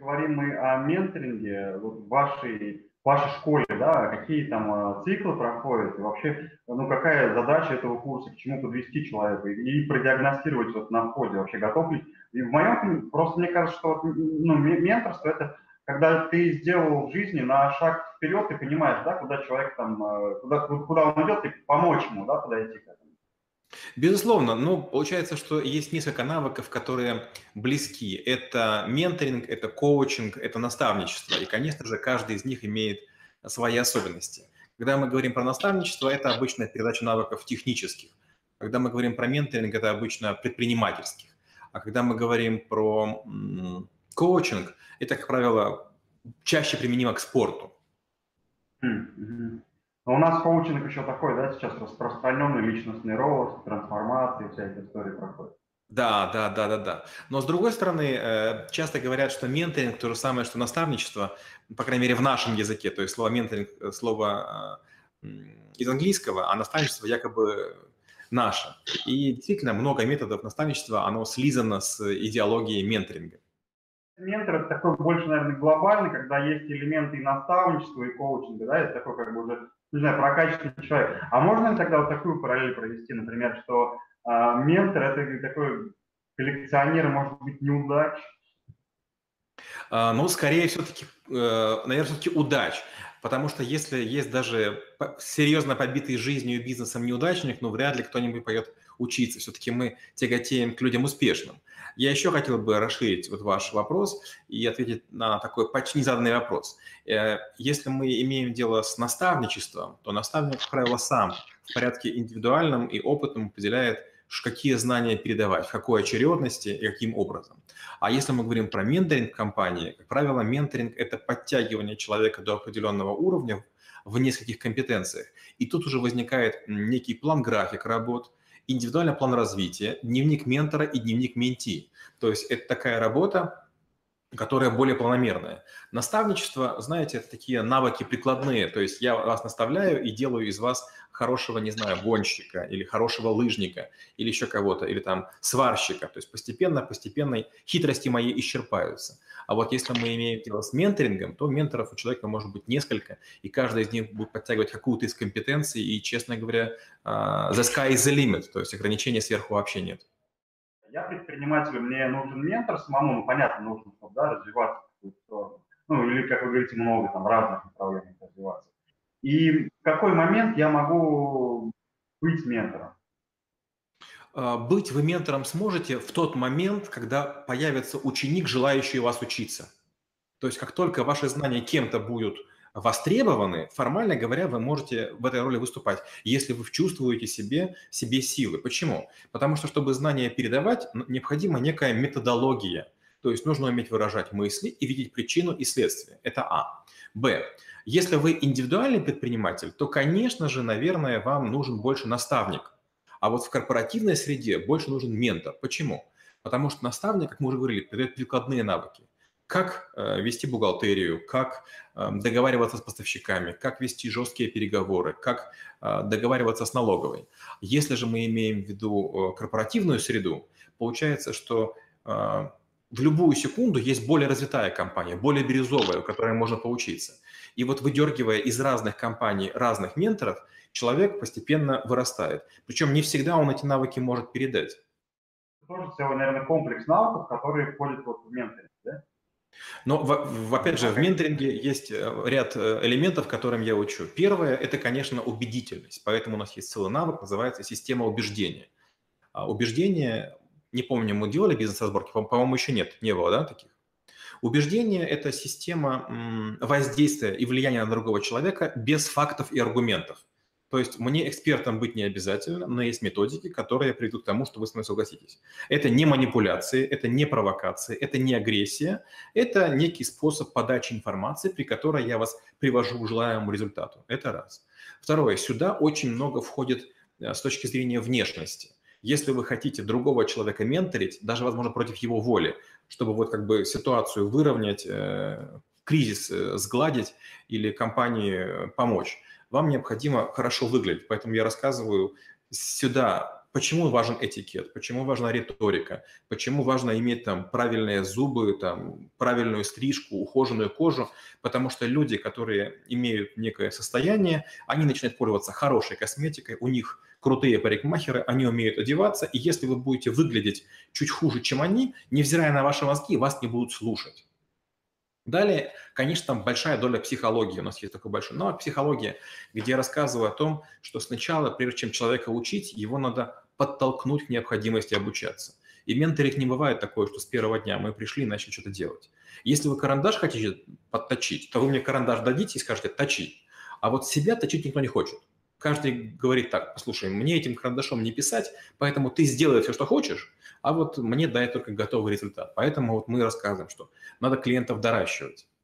говорим мы о менторинге, вот в вашей школе, да, какие там циклы проходят, и вообще, ну, какая задача этого курса, к чему подвести человека, и продиагностировать вот на входе, вообще готов ли. И в моем, просто мне кажется, что вот, ну, менторство – это когда ты сделал в жизни на шаг вперед, ты понимаешь, да, куда человек там, куда он идет, и помочь ему, да, подойти к этому. Безусловно, но получается, что есть несколько навыков, которые близки. Это менторинг, это коучинг, это наставничество. И, конечно же, каждый из них имеет свои особенности. Когда мы говорим про наставничество, это обычно передача навыков технических. Когда мы говорим про менторинг, это обычно предпринимательских. А когда мы говорим про коучинг, это, как правило, чаще применимо к спорту. Мгм. Но у нас коучинг еще такой, да, сейчас распространенный личностный рост, трансформации, вся эта история проходит. Да, да, да, да, да. Но с другой стороны, часто говорят, что менторинг то же самое, что наставничество, по крайней мере, в нашем языке. То есть слово менторинг, слово из английского, а наставничество якобы наше. И действительно, много методов наставничества, оно слизано с идеологией менторинга. Ментор – это такой больше, наверное, глобальный, когда есть элементы и наставничества, и коучинга, да, это такой как бы уже, не знаю, прокачанный человек. А можно ли тогда вот такую параллель провести, например, что ментор – это такой коллекционер, может быть, неудач? Ну, скорее все-таки, наверное, все-таки удач. Потому что если есть даже серьезно побитый жизнью и бизнесом неудачник, ну, вряд ли кто-нибудь пойдет учиться. Все-таки мы тяготеем к людям успешным. Я еще хотел бы расширить вот ваш вопрос и ответить на такой почти незаданный вопрос. Если мы имеем дело с наставничеством, то наставник, как правило, сам в порядке индивидуальном и опытном определяет, какие знания передавать, в какой очередности и каким образом. А если мы говорим про менторинг в компании, как правило, менторинг – это подтягивание человека до определенного уровня в нескольких компетенциях. И тут уже возникает некий план-график работ, индивидуальный план развития, дневник ментора и дневник менти. То есть это такая работа, которая более планомерная. Наставничество, знаете, это такие навыки прикладные, то есть я вас наставляю и делаю из вас хорошего, не знаю, гонщика или хорошего лыжника или еще кого-то, или там сварщика, то есть постепенно хитрости мои исчерпаются. А вот если мы имеем дело с менторингом, то менторов у человека может быть несколько, и каждый из них будет подтягивать какую-то из компетенций, и, честно говоря, the sky is the limit, то есть ограничения сверху вообще нет. Я предпринимателю, мне нужен ментор самому, ну, понятно, нужно, чтобы, да, развиваться в какую-то сторону. Ну, или, как вы говорите, много там разных направлений развиваться. И в какой момент я могу быть ментором? Быть вы ментором сможете в тот момент, когда появится ученик, желающий у вас учиться. То есть как только ваши знания кем-то будут востребованы, формально говоря, вы можете в этой роли выступать, если вы чувствуете себе силы. Почему? Потому что, чтобы знания передавать, необходима некая методология. То есть нужно уметь выражать мысли и видеть причину и следствие. Это А. Б. Если вы индивидуальный предприниматель, то, конечно же, наверное, вам нужен больше наставник. А вот в корпоративной среде больше нужен ментор. Почему? Потому что наставник, как мы уже говорили, передает прикладные навыки. Как вести бухгалтерию, как договариваться с поставщиками, как вести жесткие переговоры, как договариваться с налоговой. Если же мы имеем в виду корпоративную среду, получается, что в любую секунду есть более развитая компания, более бирюзовая, у которой можно поучиться. И вот выдергивая из разных компаний разных менторов, человек постепенно вырастает. Причем не всегда он эти навыки может передать. Тоже целый, наверное, комплекс навыков, которые входят вот в менторинг, да? Но, опять же, в менторинге есть ряд элементов, которым я учу. Первое – это, конечно, убедительность. Поэтому у нас есть целый навык, называется система убеждения. Убеждение, не помню, мы делали бизнес-разборки, по-моему, еще нет, не было, да, таких? Убеждение – это система воздействия и влияния на другого человека без фактов и аргументов. То есть мне экспертом быть не обязательно, но есть методики, которые приведут к тому, что вы со мной согласитесь. Это не манипуляции, это не провокации, это не агрессия, это некий способ подачи информации, при которой я вас привожу к желаемому результату. Это раз. Второе, сюда очень много входит с точки зрения внешности. Если вы хотите другого человека менторить, даже, возможно, против его воли, чтобы вот как бы ситуацию выровнять, кризис сгладить или компании помочь, вам необходимо хорошо выглядеть. Поэтому я рассказываю, сюда Почему важен этикет, почему важна риторика, почему важно иметь там правильные зубы, там, правильную стрижку, ухоженную кожу, потому что люди, которые имеют некое состояние, они начинают пользоваться хорошей косметикой, у них крутые парикмахеры, они умеют одеваться, и если вы будете выглядеть чуть хуже, чем они, невзирая на ваши мозги, вас не будут слушать. Далее, конечно, там большая доля психологии, у нас есть такой большой, но психология, где я рассказываю о том, что сначала, прежде чем человека учить, его надо подтолкнуть к необходимости обучаться. И менторинг не бывает такое, что с первого дня мы пришли и начали что-то делать. Если вы карандаш хотите подточить, то вы мне карандаш дадите и скажете «точи». А вот себя точить никто не хочет. Каждый говорит так: послушай, мне этим карандашом не писать, поэтому ты сделай все, что хочешь, а вот мне дай только готовый результат. Поэтому вот мы рассказываем, что надо клиентов доращивать.